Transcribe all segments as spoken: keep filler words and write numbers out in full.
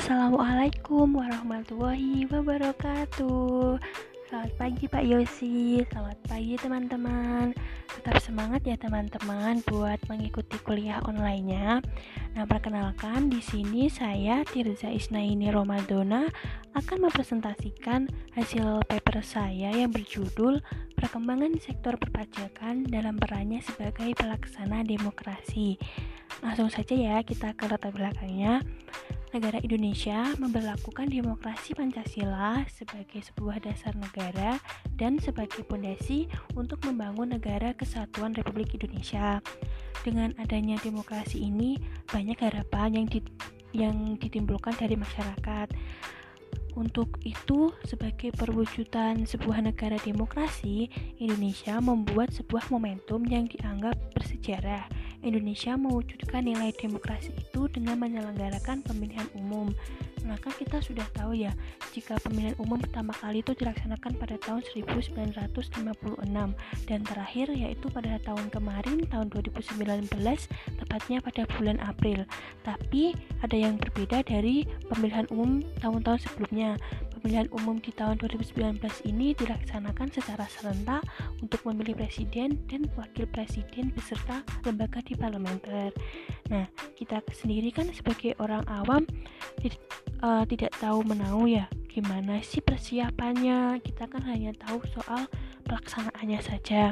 Assalamualaikum warahmatullahi wabarakatuh. Selamat pagi Pak Yosi, selamat pagi teman-teman. Tetap semangat ya teman-teman buat mengikuti kuliah online-nya. Nah, perkenalkan di sini saya Tirza Isnaini Romadona akan mempresentasikan hasil paper saya yang berjudul Perkembangan Sektor Perpajakan dalam Perannya sebagai Pelaksana Demokrasi. Langsung saja ya kita ke latar belakangnya. Negara Indonesia memberlakukan demokrasi Pancasila sebagai sebuah dasar negara dan sebagai fondasi untuk membangun negara kesatuan Republik Indonesia. Dengan adanya demokrasi ini, banyak harapan yang, di, yang ditimbulkan dari masyarakat. Untuk itu, sebagai perwujudan sebuah negara demokrasi, Indonesia membuat sebuah momentum yang dianggap bersejarah. Indonesia mewujudkan nilai demokrasi itu dengan menyelenggarakan pemilihan umum. Maka kita sudah tahu ya, jika pemilihan umum pertama kali itu dilaksanakan pada tahun seribu sembilan ratus lima puluh enam dan terakhir yaitu pada tahun kemarin, tahun dua ribu sembilan belas, tepatnya pada bulan April. Tapi ada yang berbeda dari pemilihan umum tahun-tahun sebelumnya. Pemilihan umum di tahun dua ribu sembilan belas ini dilaksanakan secara serentak untuk memilih presiden dan wakil presiden beserta lembaga di parlementer. Nah, kita sendiri kan sebagai orang awam tidak, uh, tidak tahu menahu ya gimana sih persiapannya. Kita kan hanya tahu soal pelaksanaannya saja.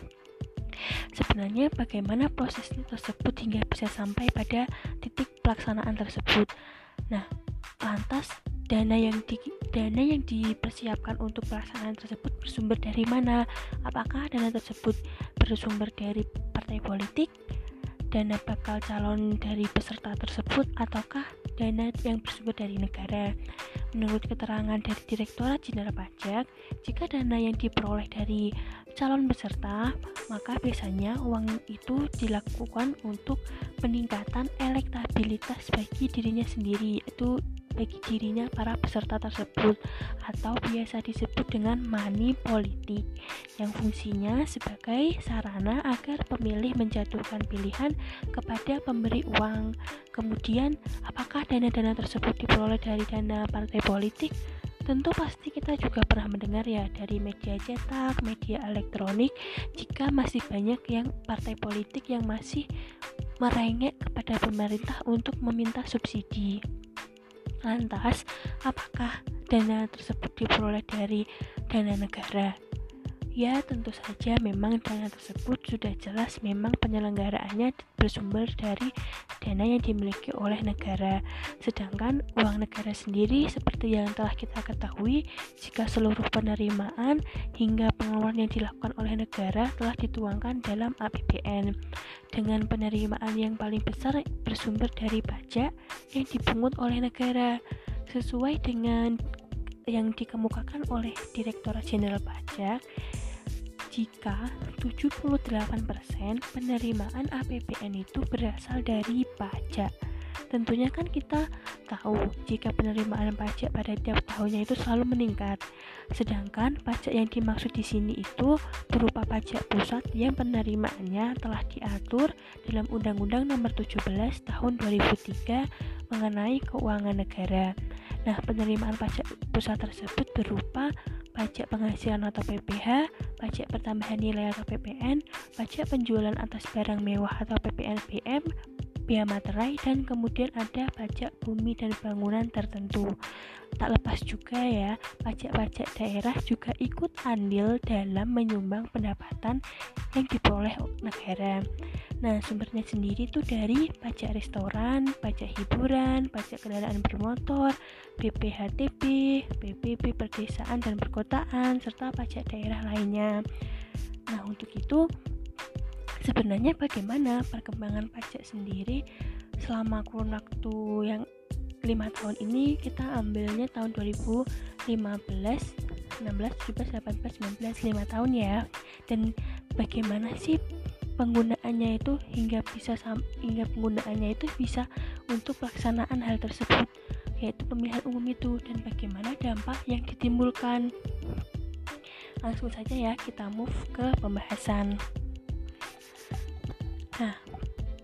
Sebenarnya bagaimana prosesnya tersebut hingga bisa sampai pada titik pelaksanaan tersebut. Nah, lantas dana yang di, dana yang dipersiapkan untuk pelaksanaan tersebut bersumber dari mana? Apakah dana tersebut bersumber dari partai politik, dana bakal calon dari peserta tersebut, ataukah dana yang bersumber dari negara? Menurut keterangan dari Direktorat Jenderal Pajak, jika dana yang diperoleh dari calon peserta, maka biasanya uang itu dilakukan untuk peningkatan elektabilitas bagi dirinya sendiri, yaitu bagi dirinya para peserta tersebut, atau biasa disebut dengan money politik, yang fungsinya sebagai sarana agar pemilih menjatuhkan pilihan kepada pemberi uang. Kemudian, apakah dana-dana tersebut diperoleh dari dana partai politik? Tentu pasti kita juga pernah mendengar ya dari media cetak, media elektronik, jika masih banyak yang partai politik yang masih merengek kepada pemerintah untuk meminta subsidi. Lantas, apakah dana tersebut diperoleh dari dana negara? Ya, tentu saja memang dana tersebut sudah jelas memang penyelenggaraannya bersumber dari dana yang dimiliki oleh negara. Sedangkan uang negara sendiri seperti yang telah kita ketahui, jika seluruh penerimaan hingga pengeluaran yang dilakukan oleh negara telah dituangkan dalam A P B N. Dengan penerimaan yang paling besar bersumber dari pajak yang dipungut oleh negara. Sesuai dengan yang dikemukakan oleh Direktorat Jenderal Pajak, jika tujuh puluh delapan persen penerimaan A P B N itu berasal dari pajak. Tentunya kan kita tahu jika penerimaan pajak pada tiap tahunnya itu selalu meningkat. Sedangkan pajak yang dimaksud di sini itu berupa pajak pusat yang penerimaannya telah diatur dalam Undang-Undang Nomor tujuh belas Tahun dua ribu tiga mengenai keuangan negara. Nah, penerimaan pajak pusat tersebut berupa pajak penghasilan atau P P H, pajak pertambahan nilai atau P P N, pajak penjualan atas barang mewah atau P P N B M, biaya materai, dan kemudian ada pajak bumi dan bangunan tertentu. Tak lepas juga ya, pajak-pajak daerah juga ikut andil dalam menyumbang pendapatan yang diperoleh negara. Nah, sumbernya sendiri itu dari pajak restoran, pajak hiburan, pajak kendaraan bermotor, B P H T B, P B B perdesaan dan perkotaan, serta pajak daerah lainnya. Nah, untuk itu sebenarnya bagaimana perkembangan pajak sendiri selama kurun waktu yang lima tahun ini? Kita ambilnya tahun dua ribu lima belas, enam belas, tujuh belas, delapan belas, sembilan belas, lima tahun ya. Dan bagaimana sih penggunaannya itu hingga bisa hingga penggunaannya itu bisa untuk pelaksanaan hal tersebut, yaitu pemilihan umum itu, dan bagaimana dampak yang ditimbulkan. Langsung saja ya kita move ke pembahasan. Nah, pajak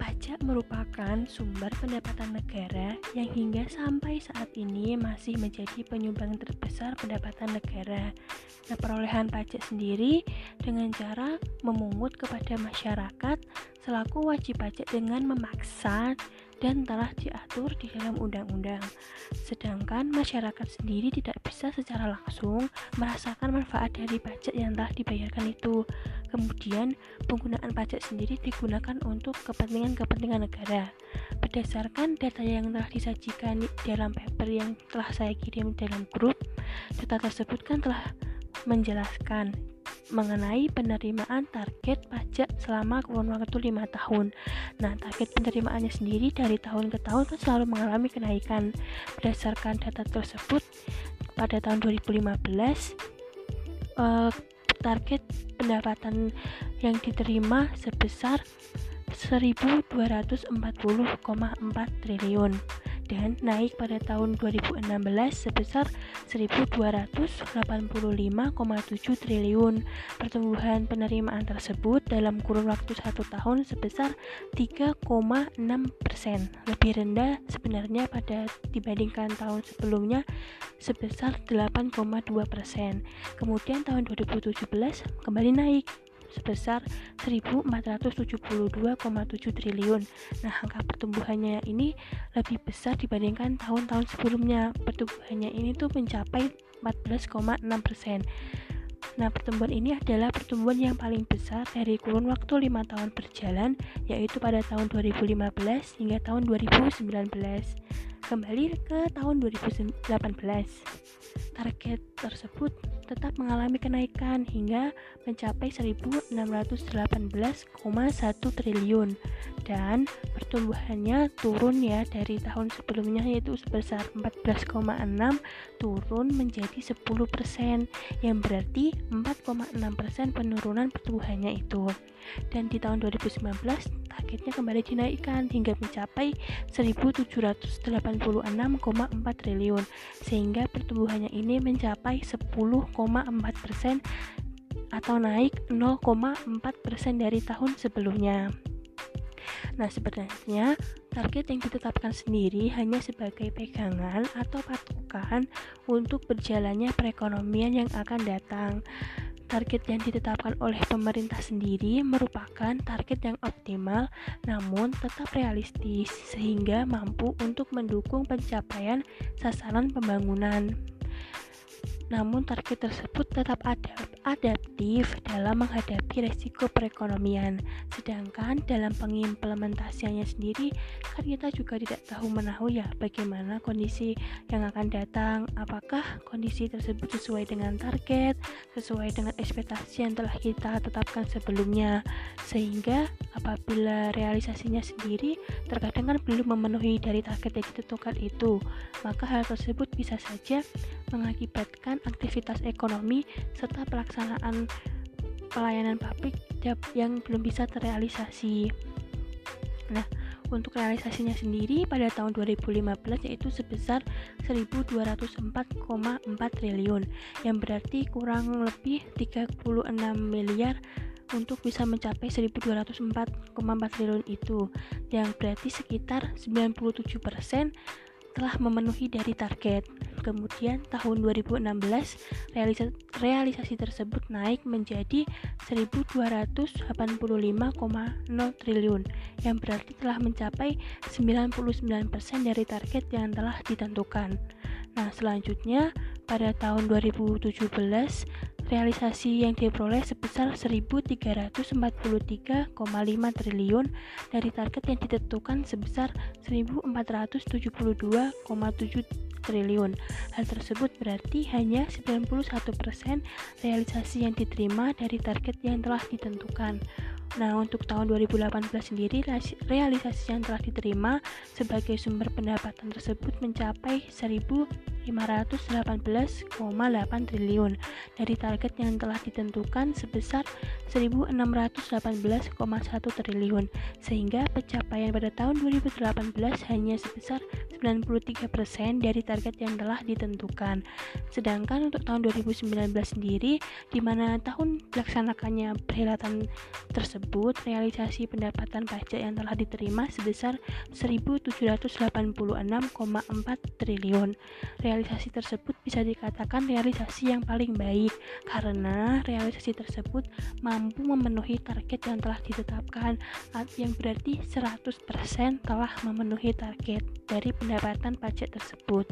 merupakan sumber pendapatan negara yang hingga sampai saat ini masih menjadi penyumbang terbesar pendapatan negara. Nah, perolehan pajak sendiri dengan cara memungut kepada masyarakat selaku wajib pajak dengan memaksa dan telah diatur di dalam undang-undang. Sedangkan masyarakat sendiri tidak bisa secara langsung merasakan manfaat dari pajak yang telah dibayarkan itu. Kemudian, penggunaan pajak sendiri digunakan untuk kepentingan-kepentingan negara. Berdasarkan data yang telah disajikan dalam paper yang telah saya kirim dalam grup, data tersebut kan telah menjelaskan mengenai penerimaan target pajak selama kurun waktu lima tahun. Nah, target penerimaannya sendiri dari tahun ke tahun kan selalu mengalami kenaikan. Berdasarkan data tersebut, pada tahun dua ribu lima belas eh, target pendapatan yang diterima sebesar seribu dua ratus empat puluh koma empat triliun dan naik pada tahun dua ribu enam belas sebesar seribu dua ratus delapan puluh lima koma tujuh triliun. Pertumbuhan penerimaan tersebut dalam kurun waktu satu tahun sebesar tiga koma enam persen, lebih rendah sebenarnya pada dibandingkan tahun sebelumnya sebesar delapan koma dua persen. Kemudian tahun dua ribu tujuh belas kembali naik sebesar seribu empat ratus tujuh puluh dua koma tujuh triliun. Nah, angka pertumbuhannya ini lebih besar dibandingkan tahun-tahun sebelumnya. Pertumbuhannya ini tuh mencapai empat belas koma enam persen. Nah, pertumbuhan ini adalah pertumbuhan yang paling besar dari kurun waktu lima tahun berjalan, yaitu pada tahun dua ribu lima belas hingga tahun dua ribu sembilan belas. Kembali ke tahun dua ribu delapan belas. Target tersebut tetap mengalami kenaikan hingga mencapai seribu enam ratus delapan belas koma satu triliun dan pertumbuhannya turun ya dari tahun sebelumnya yaitu sebesar empat belas koma enam turun menjadi sepuluh persen yang berarti empat koma enam persen penurunan pertumbuhannya itu. Dan di tahun dua ribu sembilan belas targetnya kembali dinaikkan hingga mencapai seribu tujuh ratus delapan puluh enam koma empat triliun sehingga pertumbuhannya ini mencapai sepuluh koma empat persen atau naik nol koma empat persen dari tahun sebelumnya. Nah, sebenarnya target yang ditetapkan sendiri hanya sebagai pegangan atau patokan untuk berjalannya perekonomian yang akan datang. Target yang ditetapkan oleh pemerintah sendiri merupakan target yang optimal namun tetap realistis sehingga mampu untuk mendukung pencapaian sasaran pembangunan. Namun target tersebut tetap adaptif dalam menghadapi resiko perekonomian. Sedangkan dalam pengimplementasiannya sendiri kan kita juga tidak tahu menahu ya bagaimana kondisi yang akan datang. Apakah kondisi tersebut sesuai dengan target, sesuai dengan ekspektasi yang telah kita tetapkan sebelumnya. Sehingga apabila realisasinya sendiri terkadang kan belum memenuhi dari target yang ditentukan itu, maka hal tersebut bisa saja mengakibatkan aktivitas ekonomi serta pelaksanaan pelayanan publik yang belum bisa terrealisasi. Nah, untuk realisasinya sendiri pada tahun dua ribu lima belas yaitu sebesar seribu dua ratus empat koma empat triliun yang berarti kurang lebih tiga puluh enam miliar untuk bisa mencapai seribu dua ratus empat koma empat triliun itu, yang berarti sekitar sembilan puluh tujuh persen telah memenuhi dari target. Kemudian tahun dua ribu enam belas realisasi, realisasi tersebut naik menjadi seribu dua ratus delapan puluh lima koma nol triliun yang berarti telah mencapai sembilan puluh sembilan persen dari target yang telah ditentukan. Nah, selanjutnya pada tahun dua ribu tujuh belas realisasi yang diperoleh sebesar seribu tiga ratus empat puluh tiga koma lima triliun dari target yang ditentukan sebesar seribu empat ratus tujuh puluh dua koma tujuh triliun. Hal tersebut berarti hanya sembilan puluh satu persen realisasi yang diterima dari target yang telah ditentukan. Nah, untuk tahun dua ribu delapan belas sendiri realisasi yang telah diterima sebagai sumber pendapatan tersebut mencapai seribu lima ratus delapan belas koma delapan triliun dari target yang telah ditentukan sebesar seribu enam ratus delapan belas koma satu triliun, sehingga pencapaian pada tahun dua ribu delapan belas hanya sebesar sembilan puluh tiga persen dari target yang telah ditentukan. Sedangkan untuk tahun dua ribu sembilan belas sendiri, di mana tahun dilaksanakannya perhelatan tersebut, realisasi pendapatan pajak yang telah diterima sebesar seribu tujuh ratus delapan puluh enam koma empat triliun. Realisasi tersebut bisa dikatakan realisasi yang paling baik karena realisasi tersebut mampu memenuhi target yang telah ditetapkan, yang berarti seratus persen telah memenuhi target dari pendapatan pajak tersebut.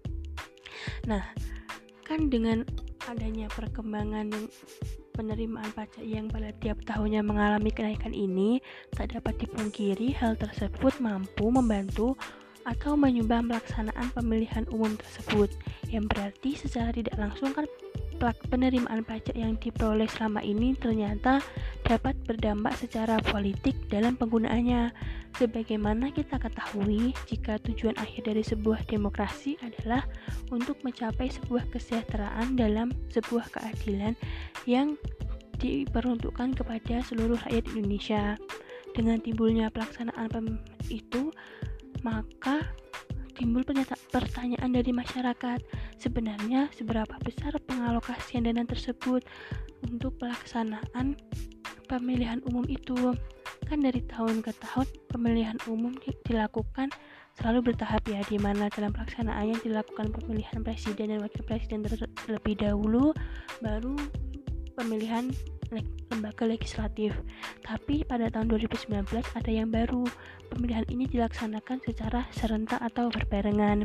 Nah, kan dengan adanya perkembangan yang penerimaan pajak yang pada tiap tahunnya mengalami kenaikan ini, tak dapat dipungkiri hal tersebut mampu membantu atau menyumbang pelaksanaan pemilihan umum tersebut, yang berarti secara tidak langsung kan penerimaan pajak yang diperoleh selama ini ternyata dapat berdampak secara politik dalam penggunaannya. Sebagaimana kita ketahui, jika tujuan akhir dari sebuah demokrasi adalah untuk mencapai sebuah kesejahteraan dalam sebuah keadilan yang diperuntukkan kepada seluruh rakyat Indonesia. Dengan timbulnya pelaksanaan pem- itu, maka timbul pertanyaan dari masyarakat, sebenarnya seberapa besar pengalokasian dana tersebut untuk pelaksanaan pemilihan umum itu. Kan dari tahun ke tahun pemilihan umum dilakukan selalu bertahap ya, di mana dalam pelaksanaannya dilakukan pemilihan presiden dan wakil presiden terlebih dahulu, baru pemilihan lembaga legislatif. Tapi pada tahun dua ribu sembilan belas ada yang baru, pemilihan ini dilaksanakan secara serentak atau berbarengan.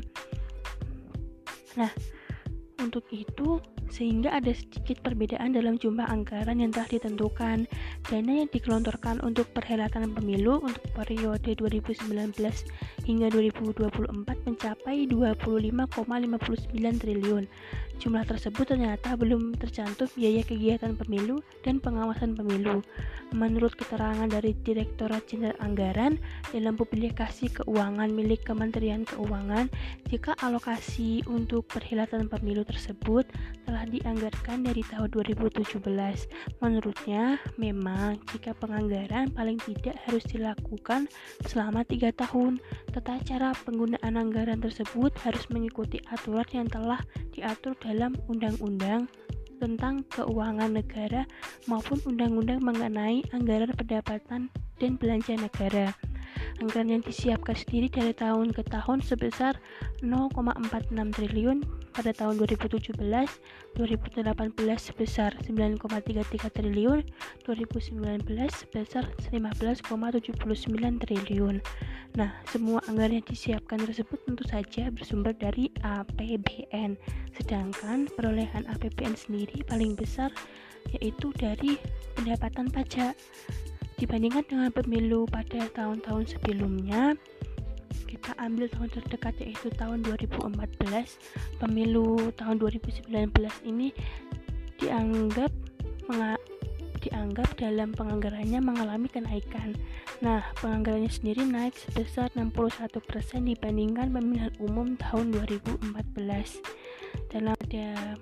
Nah, untuk itu sehingga ada sedikit perbedaan dalam jumlah anggaran yang telah ditentukan. Dana yang digelontorkan untuk perhelatan pemilu untuk periode dua ribu sembilan belas hingga dua ribu dua puluh empat mencapai dua puluh lima koma lima sembilan triliun. Jumlah tersebut ternyata belum tercantum biaya kegiatan pemilu dan pengawasan pemilu. Menurut keterangan dari Direktorat Jenderal Anggaran dalam publikasi keuangan milik Kementerian Keuangan, jika alokasi untuk perhelatan pemilu tersebut telah dianggarkan dari tahun dua ribu tujuh belas. Menurutnya, memang jika penganggaran paling tidak harus dilakukan selama tiga tahun, tata cara penggunaan anggaran tersebut harus mengikuti aturan yang telah diatur dalam Undang-Undang tentang Keuangan Negara maupun Undang-Undang mengenai Anggaran Pendapatan dan Belanja Negara. Anggaran yang disiapkan sendiri dari tahun ke tahun sebesar nol koma empat enam triliun pada tahun dua ribu tujuh belas, dua ribu delapan belas sebesar sembilan koma tiga tiga triliun, dua ribu sembilan belas sebesar lima belas koma tujuh sembilan triliun. Nah, semua anggaran yang disiapkan tersebut tentu saja bersumber dari A P B N. Sedangkan perolehan A P B N sendiri paling besar yaitu dari pendapatan pajak. Dibandingkan dengan pemilu pada tahun-tahun sebelumnya, kita ambil tahun terdekat yaitu tahun dua ribu empat belas, pemilu tahun dua ribu sembilan belas ini dianggap menga- dianggap dalam penganggarannya mengalami kenaikan. Nah, penganggarannya sendiri naik sebesar enam puluh satu persen dibandingkan pemilihan umum tahun dua ribu empat belas. Dalam ada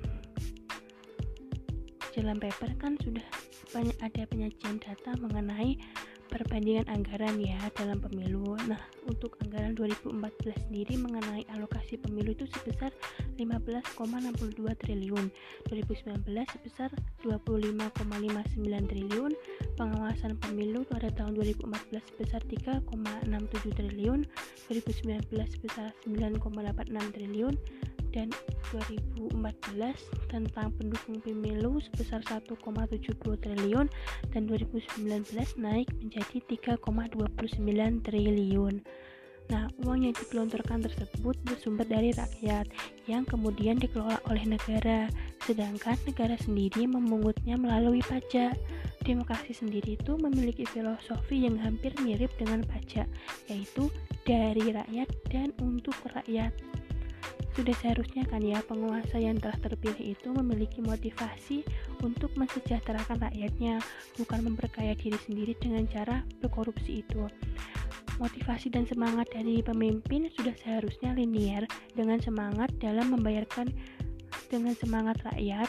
dalam paper kan sudah banyak ada penyajian data mengenai perbandingan anggaran ya dalam pemilu. Nah, untuk anggaran dua ribu empat belas sendiri mengenai alokasi pemilu itu sebesar lima belas koma enam dua triliun, dua ribu sembilan belas sebesar dua puluh lima koma lima sembilan triliun, pengawasan pemilu pada tahun dua ribu empat belas sebesar tiga koma enam tujuh triliun, dua ribu sembilan belas sebesar sembilan koma delapan enam triliun, dan dua ribu empat belas tentang pendukung pemilu sebesar satu koma tujuh nol triliun, dan dua ribu sembilan belas naik menjadi tiga koma dua sembilan triliun. Nah, uang yang digelontorkan tersebut bersumber dari rakyat yang kemudian dikelola oleh negara, sedangkan negara sendiri memungutnya melalui pajak. Demokrasi sendiri itu memiliki filosofi yang hampir mirip dengan pajak, yaitu dari rakyat dan untuk rakyat. Sudah seharusnya kan ya penguasa yang telah terpilih itu memiliki motivasi untuk mensejahterakan rakyatnya, bukan memperkaya diri sendiri dengan cara berkorupsi itu. Motivasi dan semangat dari pemimpin sudah seharusnya linier dengan semangat dalam membayarkan dengan semangat rakyat.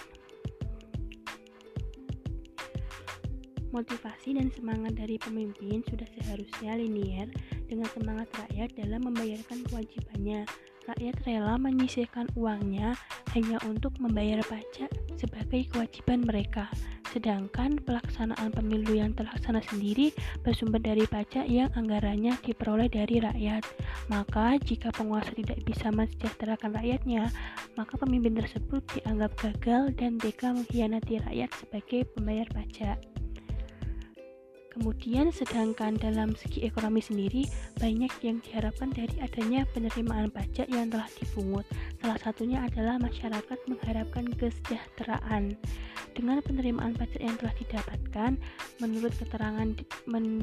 Motivasi dan semangat dari pemimpin sudah seharusnya linier dengan semangat rakyat dalam membayarkan kewajibannya. Rakyat rela menyisihkan uangnya hanya untuk membayar pajak sebagai kewajiban mereka. Sedangkan pelaksanaan pemilu yang terlaksana sendiri bersumber dari pajak yang anggarannya diperoleh dari rakyat. Maka jika penguasa tidak bisa mensejahterakan rakyatnya, maka pemimpin tersebut dianggap gagal dan tega mengkhianati rakyat sebagai pembayar pajak. Kemudian sedangkan dalam segi ekonomi sendiri banyak yang diharapkan dari adanya penerimaan pajak yang telah dipungut. Salah satunya adalah masyarakat mengharapkan kesejahteraan. Dengan penerimaan pajak yang telah didapatkan, menurut keterangan men,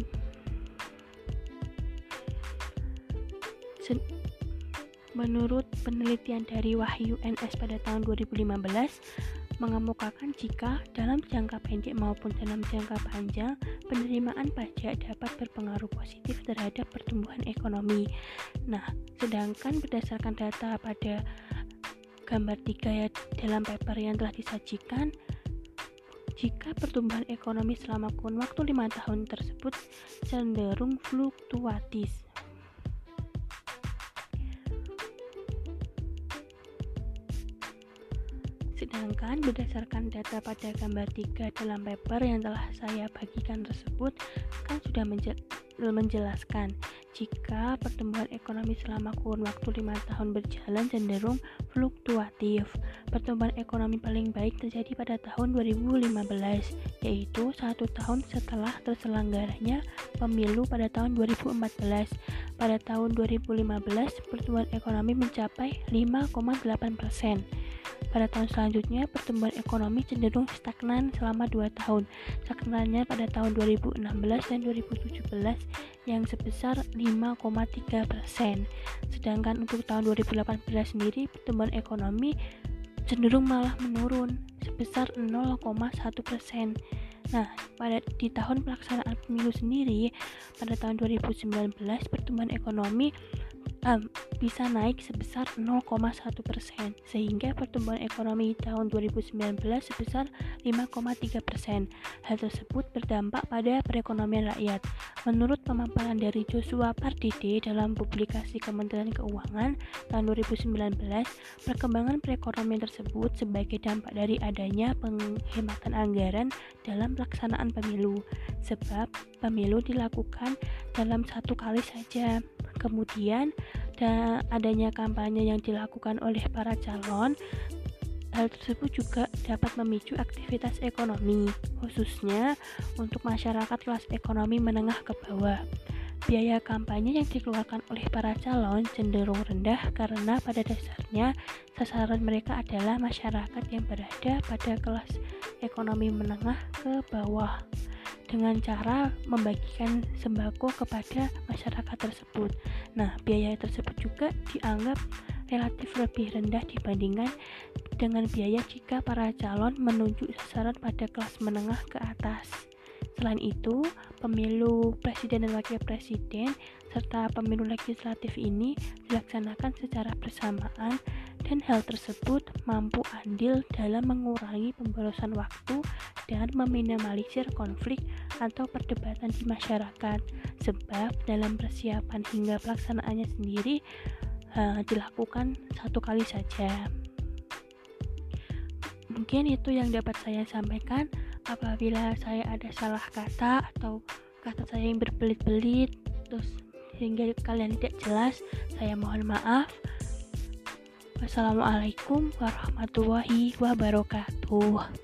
sen, menurut penelitian dari Wahyu N S pada tahun dua ribu lima belas, mengemukakan jika dalam jangka pendek maupun dalam jangka panjang penerimaan pajak dapat berpengaruh positif terhadap pertumbuhan ekonomi. Nah, sedangkan berdasarkan data pada gambar tiga ya dalam paper yang telah disajikan, jika pertumbuhan ekonomi selama kurun waktu lima tahun tersebut cenderung fluktuatif. Sedangkan berdasarkan data pada gambar tiga dalam paper yang telah saya bagikan tersebut kan sudah menjelaskan jika pertumbuhan ekonomi selama kurun waktu lima tahun berjalan cenderung fluktuatif. Pertumbuhan ekonomi paling baik terjadi pada tahun dua ribu lima belas, yaitu satu tahun setelah terselenggaranya pemilu pada tahun dua ribu empat belas. Pada tahun dua ribu lima belas, pertumbuhan ekonomi mencapai lima koma delapan persen. Pada tahun selanjutnya, pertumbuhan ekonomi cenderung stagnan selama dua tahun. Stagnannya pada tahun dua ribu enam belas dan dua ribu tujuh belas yang sebesar lima koma tiga persen. Sedangkan untuk tahun dua ribu delapan belas sendiri, pertumbuhan ekonomi cenderung malah menurun sebesar nol koma satu persen. Nah, pada di tahun pelaksanaan pemilu sendiri, pada tahun dua ribu sembilan belas, pertumbuhan ekonomi Um, bisa naik sebesar nol koma satu persen, sehingga pertumbuhan ekonomi tahun dua ribu sembilan belas sebesar lima koma tiga persen. Hal tersebut berdampak pada perekonomian rakyat. Menurut pemaparan dari Joshua Pardede dalam publikasi Kementerian Keuangan tahun dua ribu sembilan belas, perkembangan perekonomian tersebut sebagai dampak dari adanya penghematan anggaran dalam pelaksanaan pemilu, sebab pemilu dilakukan dalam satu kali saja. Kemudian dan adanya kampanye yang dilakukan oleh para calon, hal tersebut juga dapat memicu aktivitas ekonomi, khususnya untuk masyarakat kelas ekonomi menengah ke bawah. Biaya kampanye yang dikeluarkan oleh para calon cenderung rendah karena pada dasarnya sasaran mereka adalah masyarakat yang berada pada kelas ekonomi menengah ke bawah, dengan cara membagikan sembako kepada masyarakat tersebut. Nah, biaya tersebut juga dianggap relatif lebih rendah dibandingkan dengan biaya jika para calon menuju sasaran pada kelas menengah ke atas. Selain itu, pemilu presiden dan wakil presiden serta pemilu legislatif ini dilaksanakan secara bersamaan, dan hal tersebut mampu andil dalam mengurangi pemborosan waktu dan meminimalisir konflik atau perdebatan di masyarakat, sebab dalam persiapan hingga pelaksanaannya sendiri uh, dilakukan satu kali saja. Mungkin itu yang dapat saya sampaikan. Apabila saya ada salah kata atau kata saya yang berbelit-belit terus sehingga kalian tidak jelas, saya mohon maaf. Wassalamualaikum warahmatullahi wabarakatuh.